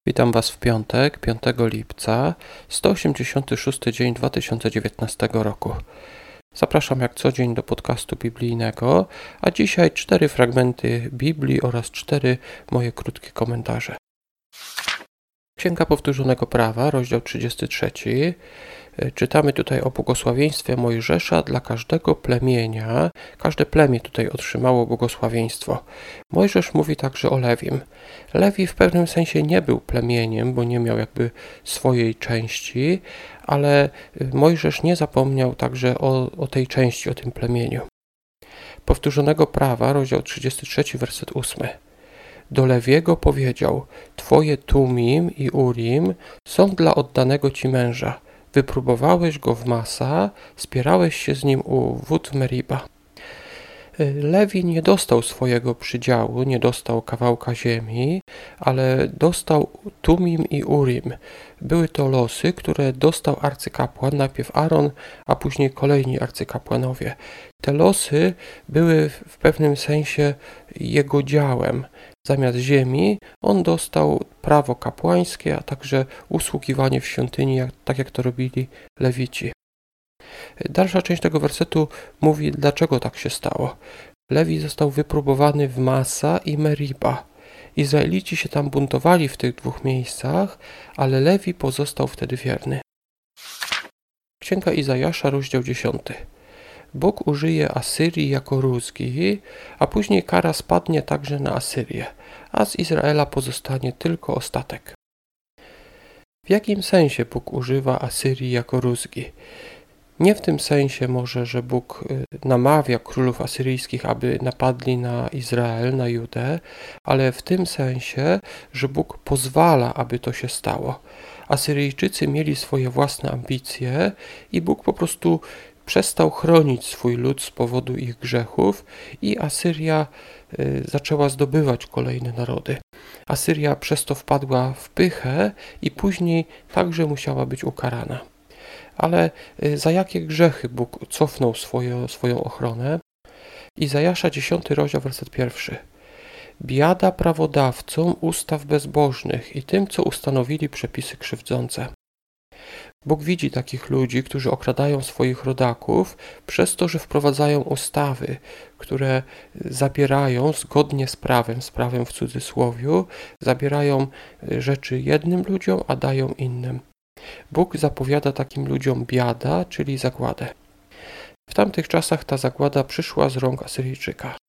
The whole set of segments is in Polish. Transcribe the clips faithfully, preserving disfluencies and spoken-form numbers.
Witam Was w piątek, piątego lipca, sto osiemdziesiąty szósty dzień dwa tysiące dziewiętnastego roku. Zapraszam jak co dzień do podcastu biblijnego, a dzisiaj cztery fragmenty Biblii oraz cztery moje krótkie komentarze. Księga Powtórzonego Prawa, rozdział trzydziesty trzeci. Czytamy tutaj o błogosławieństwie Mojżesza dla każdego plemienia. Każde plemię tutaj otrzymało błogosławieństwo. Mojżesz mówi także o Lewim. Lewi w pewnym sensie nie był plemieniem, bo nie miał jakby swojej części, ale Mojżesz nie zapomniał także o, o tej części, o tym plemieniu. Powtórzonego Prawa, rozdział trzydziesty trzeci, werset ósmy. Do Lewiego powiedział: Twoje Tumim i Urim są dla oddanego Ci męża. Wypróbowałeś go w Masa, spierałeś się z nim u wód Meriba. Lewi nie dostał swojego przydziału, nie dostał kawałka ziemi, ale dostał Tumim i Urim. Były to losy, które dostał arcykapłan, najpierw Aaron, a później kolejni arcykapłanowie. Te losy były w pewnym sensie jego działem. Zamiast ziemi on dostał prawo kapłańskie, a także usługiwanie w świątyni, jak, tak jak to robili Lewici. Dalsza część tego wersetu mówi, dlaczego tak się stało. Lewi został wypróbowany w Masa i Meriba. Izraelici się tam buntowali w tych dwóch miejscach, ale Lewi pozostał wtedy wierny. Księga Izajasza, rozdział dziesiąty. Bóg użyje Asyrii jako rózgi, a później kara spadnie także na Asyrię, a z Izraela pozostanie tylko ostatek. W jakim sensie Bóg używa Asyrii jako rózgi? Nie w tym sensie może, że Bóg namawia królów asyryjskich, aby napadli na Izrael, na Judę, ale w tym sensie, że Bóg pozwala, aby to się stało. Asyryjczycy mieli swoje własne ambicje i Bóg po prostu przestał chronić swój lud z powodu ich grzechów i Asyria y, zaczęła zdobywać kolejne narody. Asyria przez to wpadła w pychę i później także musiała być ukarana. Ale y, za jakie grzechy Bóg cofnął swoje, swoją ochronę? Izajasza dziesiąty rozdział, werset pierwszy. Biada prawodawcom ustaw bezbożnych i tym, co ustanowili przepisy krzywdzące. Bóg widzi takich ludzi, którzy okradają swoich rodaków przez to, że wprowadzają ustawy, które zabierają zgodnie z prawem, z prawem w cudzysłowiu, zabierają rzeczy jednym ludziom, a dają innym. Bóg zapowiada takim ludziom biada, czyli zagładę. W tamtych czasach ta zagłada przyszła z rąk Asyryjczyka.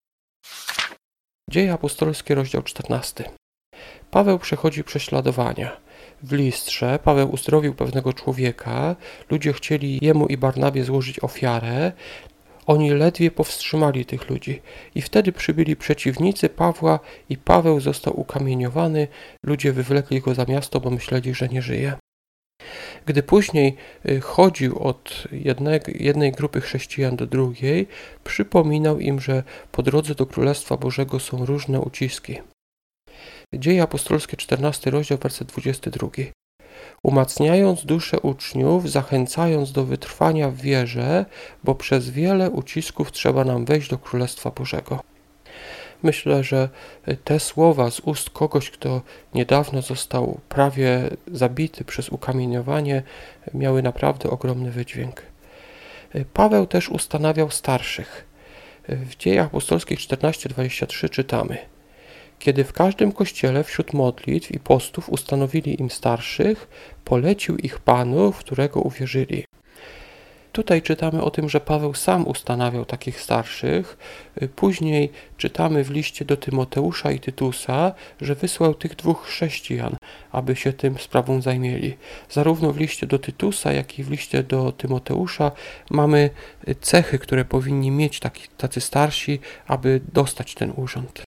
Dzieje apostolskie, rozdział czternasty. Paweł przechodzi prześladowania. W Listrze Paweł uzdrowił pewnego człowieka, ludzie chcieli jemu i Barnabie złożyć ofiarę, oni ledwie powstrzymali tych ludzi i wtedy przybyli przeciwnicy Pawła i Paweł został ukamieniowany, ludzie wywlekli go za miasto, bo myśleli, że nie żyje. Gdy później chodził od jednej, jednej grupy chrześcijan do drugiej, przypominał im, że po drodze do Królestwa Bożego są różne uciski. Dzieje apostolskie, czternasty rozdział, werset dwudziesty drugi. Umacniając duszę uczniów, zachęcając do wytrwania w wierze, bo przez wiele ucisków trzeba nam wejść do Królestwa Bożego. Myślę, że te słowa z ust kogoś, kto niedawno został prawie zabity przez ukamieniowanie, miały naprawdę ogromny wydźwięk. Paweł też ustanawiał starszych. W Dziejach apostolskich czternaście dwadzieścia trzy czytamy: Kiedy w każdym kościele wśród modlitw i postów ustanowili im starszych, polecił ich Panu, w którego uwierzyli. Tutaj czytamy o tym, że Paweł sam ustanawiał takich starszych. Później czytamy w liście do Tymoteusza i Tytusa, że wysłał tych dwóch chrześcijan, aby się tym sprawą zajmieli. Zarówno w liście do Tytusa, jak i w liście do Tymoteusza mamy cechy, które powinni mieć taki, tacy starsi, aby dostać ten urząd.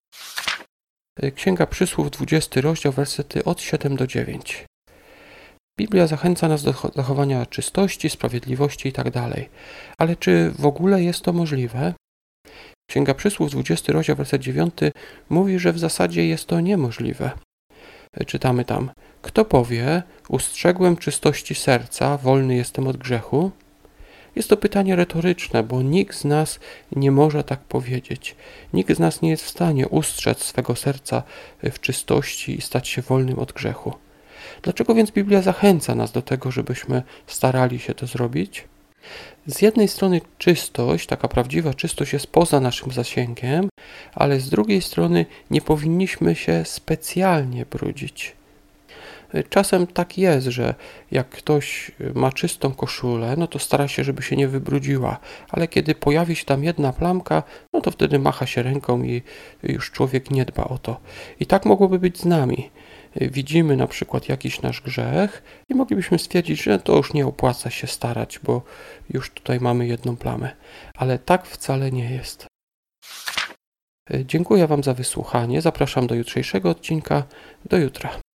Księga Przysłów, dwudziesty rozdział, wersety od siódmego do dziewiątego. Biblia zachęca nas do zachowania czystości, sprawiedliwości itd. Ale czy w ogóle jest to możliwe? Księga Przysłów, dwudziesty rozdział, werset dziewiąty mówi, że w zasadzie jest to niemożliwe. Czytamy tam: Kto powie, ustrzegłem czystości serca, wolny jestem od grzechu? Jest to pytanie retoryczne, bo nikt z nas nie może tak powiedzieć. Nikt z nas nie jest w stanie ustrzec swego serca w czystości i stać się wolnym od grzechu. Dlaczego więc Biblia zachęca nas do tego, żebyśmy starali się to zrobić? Z jednej strony czystość, taka prawdziwa czystość jest poza naszym zasięgiem, ale z drugiej strony nie powinniśmy się specjalnie brudzić. Czasem tak jest, że jak ktoś ma czystą koszulę, no to stara się, żeby się nie wybrudziła, ale kiedy pojawi się tam jedna plamka, no to wtedy macha się ręką i już człowiek nie dba o to. I tak mogłoby być z nami. Widzimy na przykład jakiś nasz grzech i moglibyśmy stwierdzić, że to już nie opłaca się starać, bo już tutaj mamy jedną plamę. Ale tak wcale nie jest. Dziękuję Wam za wysłuchanie. Zapraszam do jutrzejszego odcinka. Do jutra.